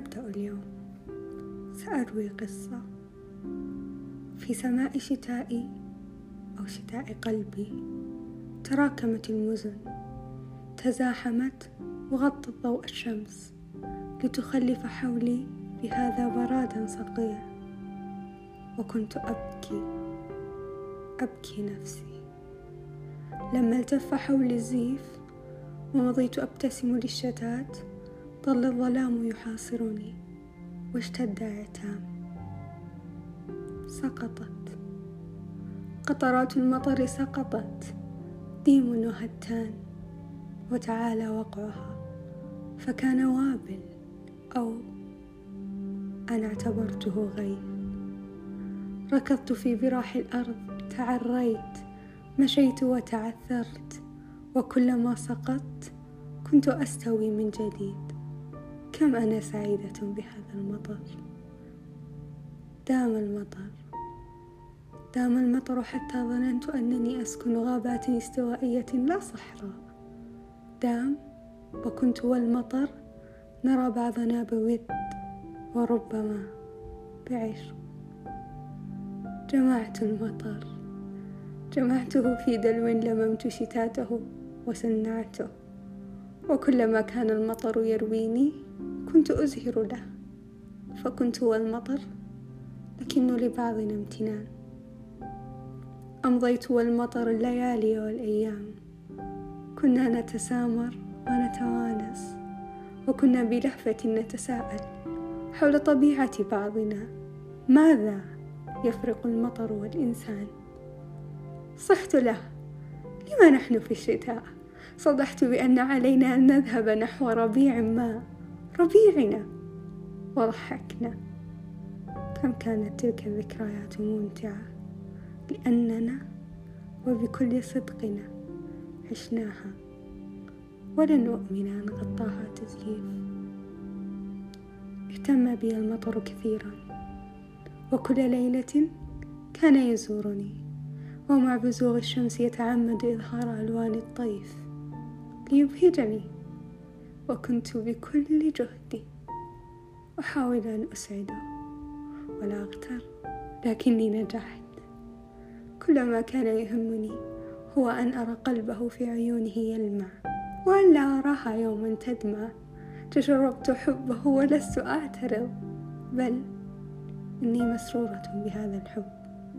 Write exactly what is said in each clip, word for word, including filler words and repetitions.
نبدأ اليوم. سأروي قصة في سماء شتائي أو شتاء قلبي. تراكمت المزن، تزاحمت وغطت ضوء الشمس لتخلف حولي بهذا برادا صقيع. وكنت أبكي أبكي نفسي لما التف حولي الزيف ومضيت أبتسم للشتات. ظل الظلام يحاصرني واشتد عتام. سقطت قطرات المطر، سقطت ديم وهتان، وتعالى وقعها فكان وابل، أو أنا اعتبرته غيث. ركضت في براح الأرض، تعريت، مشيت وتعثرت، وكلما سقطت كنت أستوي من جديد. كم أنا سعيدة بهذا المطر. دام المطر دام المطر حتى ظننت أنني أسكن غابات استوائية لا صحراء. دام وكنت والمطر نرى بعضنا بود وربما بعشق. جمعت المطر جمعته في دلو لممت شتاته وسنعته، وكلما كان المطر يرويني كنت أزهر له، فكنت والمطر لكن لبعضنا امتنان. أمضيت والمطر الليالي والأيام، كنا نتسامر ونتوانس، وكنا بلهفة نتساءل حول طبيعة بعضنا. ماذا يفرق المطر والإنسان؟ صحت له: لما نحن في الشتاء؟ صدحت بأن علينا أن نذهب نحو ربيع ما، ربيعنا. وضحكنا. كم كانت تلك الذكريات ممتعة، لأننا وبكل صدقنا عشناها، ولن أؤمن أن غطاها تزييف. اهتم بي المطر كثيرا، وكل ليلة كان يزورني، ومع بزوغ الشمس يتعمد إظهار ألوان الطيف ليبهجني. وكنت بكل جهدي أحاول أن أسعده ولا أغتر، لكني نجحت. كل ما كان يهمني هو أن أرى قلبه في عيونه يلمع، وأن لا أراها يوما تدمع. تجربت حبه ولست أعترض، بل إني مسرورة بهذا الحب.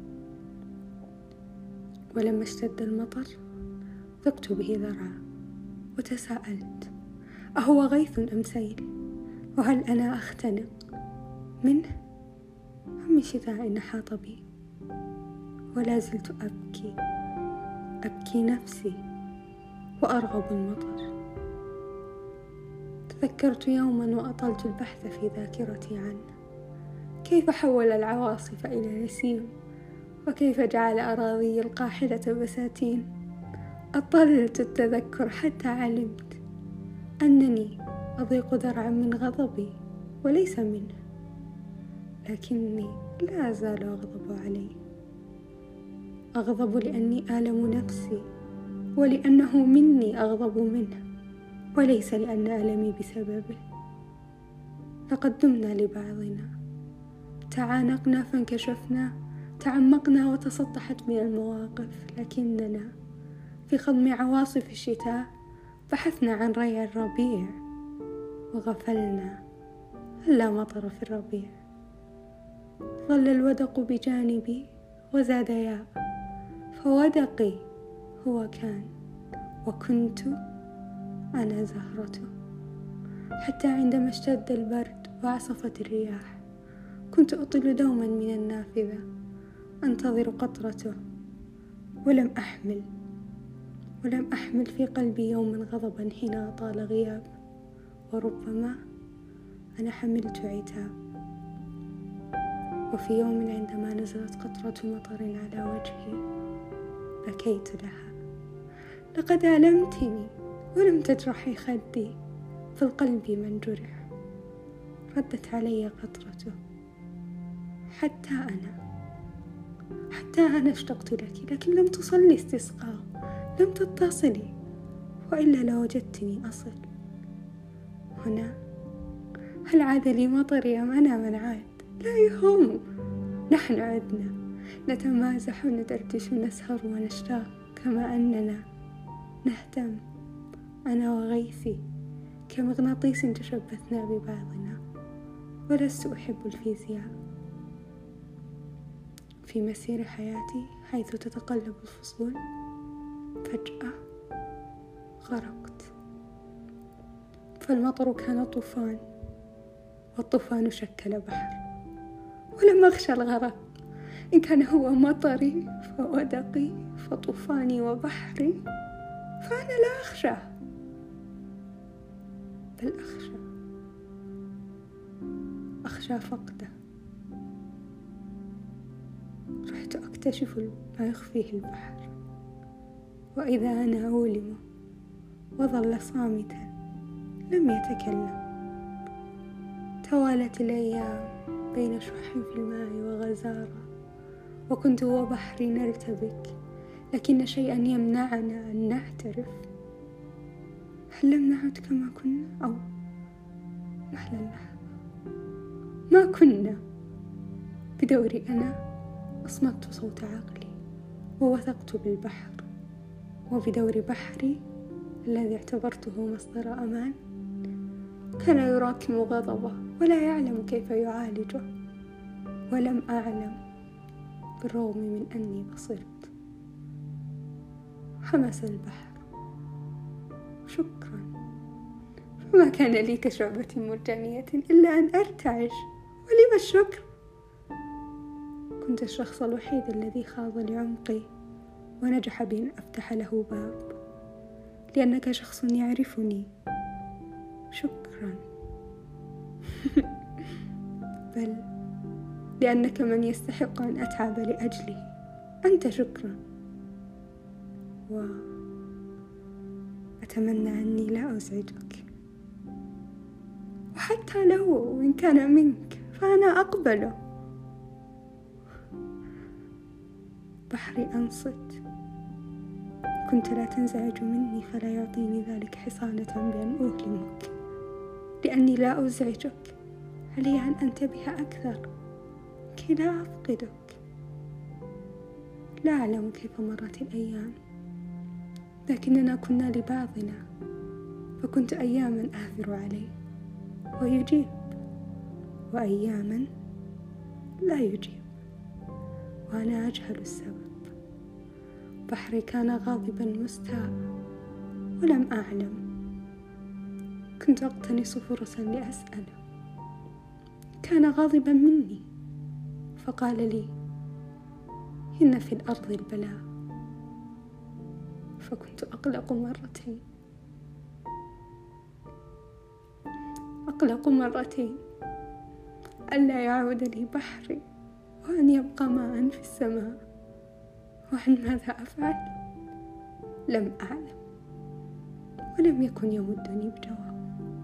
ولما اشتد المطر ذقت به ذرعا وتساءلت: أهو غيث أم سيل؟ وهل أنا أختنق منه أم من شتاء أحاط بي؟ ولا زلت أبكي أبكي نفسي وأرغب المطر. تذكرت يوما وأطلت البحث في ذاكرتي عنه، كيف حول العواصف إلى نسيم، وكيف جعل أراضي القاحلة بساتين. أطلت التذكر حتى علمت أنني أضيق ذرعا من غضبي وليس منه، لكني لا أزال أغضب عليه. أغضب لأني آلم نفسي، ولأنه مني أغضب منه، وليس لأن ألمي بسببه. لقد دمنا لبعضنا، تعانقنا فانكشفنا، تعمقنا وتسطحت من المواقف، لكننا في خضم عواصف الشتاء بحثنا عن ريع الربيع وغفلنا ألا مطر في الربيع. ظل الودق بجانبي وزاد ياء، فودقي هو كان، وكنت أنا زهرته. حتى عندما اشتد البرد وعصفت الرياح كنت أطل دوما من النافذة أنتظر قطرته، ولم أحمل ولم أحمل في قلبي يوما غضبا حين أطال غياب، وربما أنا حملت عتاب. وفي يوم عندما نزلت قطرة مطر على وجهي بكيت لها: لقد ألمتني ولم تجرحي خدي، في القلب من جرح. ردت علي قطرته: حتى أنا حتى أنا اشتقت لك، لكن لم تصلي استسقاء، لم تتصلي، وإلا لوجدتني أصل. هنا هل عاد لي مطري أم أنا من عاد؟ لا يهم، نحن عدنا نتمازح وندردش ونسهر ونشتاق كما أننا نهتم أنا وغيثي كمغناطيس تشبثنا ببعضنا. ولست أحب الفيزياء. في مسير حياتي حيث تتقلب الفصول فجأة غرقت، فالمطر كان طوفان والطوفان شكل بحر، ولم أخشى الغرق. إن كان هو مطري فودقي فطوفاني وبحري، فأنا لا أخشى، بل أخشى أخشى فقده. رحت أكتشف ما يخفيه البحر، وإذا أنا أولمه وظل صامتا لم يتكلم. توالت الأيام بين شح في الماء وغزارة، وكنت وبحري نرتبك، لكن شيئا يمنعنا أن نعترف. هل لم نعد كما كنا؟ أو محل اللحظة ما كنا. بدوري أنا أصمت صوت عقلي ووثقت بالبحر، وبدور بحري الذي اعتبرته مصدر أمان كان يراكم غضبه ولا يعلم كيف يعالجه. ولم أعلم بالرغم من أني بصرت. حمس البحر شكرا، فما كان لي كشعبة مرجانية إلا أن أرتعش. ولم الشكر؟ كنت الشخص الوحيد الذي خاض لعمقي ونجح بأن أفتح له باب، لأنك شخص يعرفني. شكرا. بل لأنك من يستحق أن أتعب لأجله. أنت شكرا. وأتمنى أني لا أزعجك، وحتى لو إن كان منك فأنا أقبله. بحري أنصت. كنت لا تنزعج مني فلا يعطيني ذلك حصانة بأن أؤلمك، لأني لا أزعجك. علي أن أنتبه أكثر كي لا أفقدك. لا أعلم كيف مرت الأيام، لكننا كنا لبعضنا، فكنت أياما آثر عليه ويجيب، وأياما لا يجيب وأنا أجهل السبب. بحري كان غاضبا مستاء ولم أعلم. كنت أقتنص فرصا لأسأله. كان غاضبا مني فقال لي: إن في الأرض البلاء. فكنت أقلق مرتين أقلق مرتين ألا يعود لي بحري وأن يبقى ماء في السماء. وعن ماذا أفعل؟ لم أعلم، ولم يكن يمدني بجواب.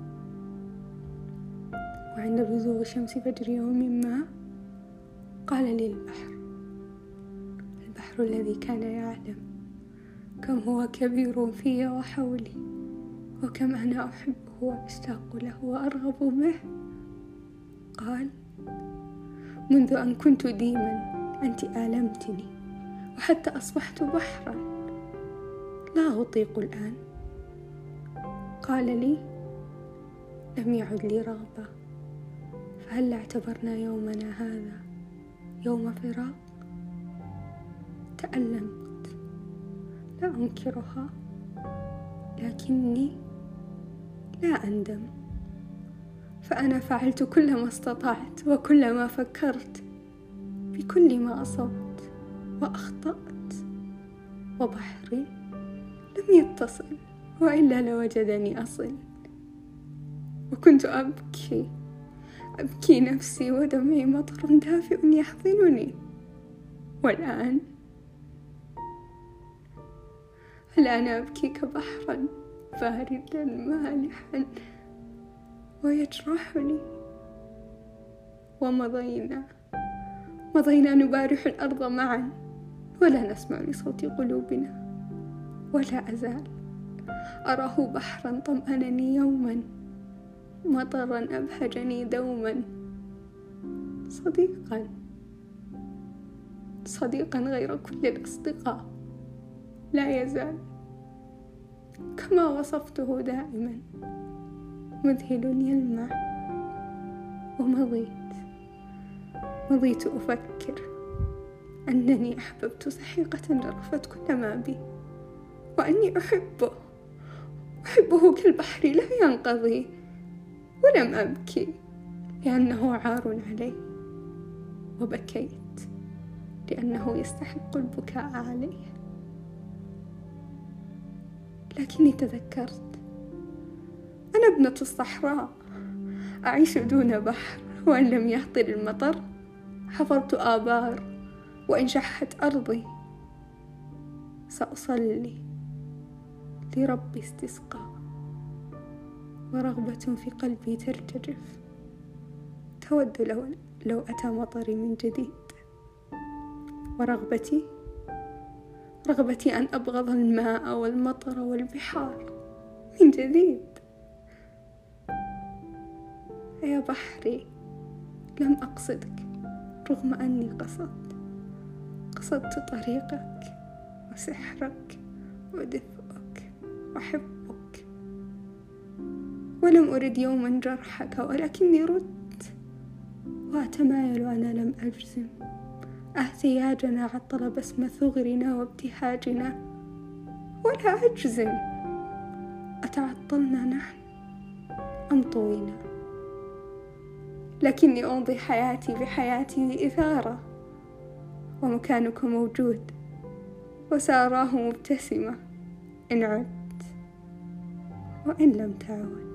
وعند بزوغ شمس فجر يوم ما قال لي البحر، البحر الذي كان يعلم كم هو كبير في وحولي، وكم أنا أحبه وأشتاق له وأرغب به، قال: منذ أن كنت ديما أنت آلمتني، وحتى أصبحت بحرا لا أطيق الآن. قال لي: لم يعد لي رغبة، فهل اعتبرنا يومنا هذا يوم فراق؟ تألمت، لا أنكرها، لكني لا أندم، فأنا فعلت كل ما استطعت وكل ما فكرت، بكل ما أصبت وأخطأت، وبحري لم يتصل، وإلا لوجدني أصل. وكنت أبكي أبكي نفسي ودمعي مطر دافئ يحضنني. والآن الآن أبكيك بحرا باردا مالحا ويجرحني. ومضينا مضينا نبارح الأرض معا، ولا نسمع لصوت قلوبنا. ولا أزال أراه بحرا طمأنني يوما، مطرا أبهجني دوما، صديقا صديقا غير كل الأصدقاء، لا يزال كما وصفته دائما مذهل يلمع. ومضيت مضيت أفكر أنني أحببت سحيقة جرفت كل ما بي، وأني أحبه أحبه كالبحر لا ينقضي. ولم أبكي لأنه عار علي، وبكيت لأنه يستحق البكاء عليه. لكني تذكرت أنا ابنة الصحراء، أعيش دون بحر، وإن لم يهطل المطر حفرت آبار، وإن شحت أرضي سأصلي لربي استسقاء. ورغبة في قلبي ترتجف، تود لو, لو أتى مطري من جديد. ورغبتي رغبتي أن أبغض الماء والمطر والبحار من جديد. يا بحري، لم أقصدك رغم أني قصدت قصدت طريقك وسحرك ودفئك وحبك. ولم أرد يوما جرحك، ولكني ردت وأتمايل أنا لم أجزم. احتياجنا عطل بسم ثغرنا وابتهاجنا، ولا أجزم أتعطلنا نحن أم طوينا. لكني أمضي حياتي بحياتي بإثارة، ومكانك موجود وساراه مبتسمة، إن عدت وإن لم تعد.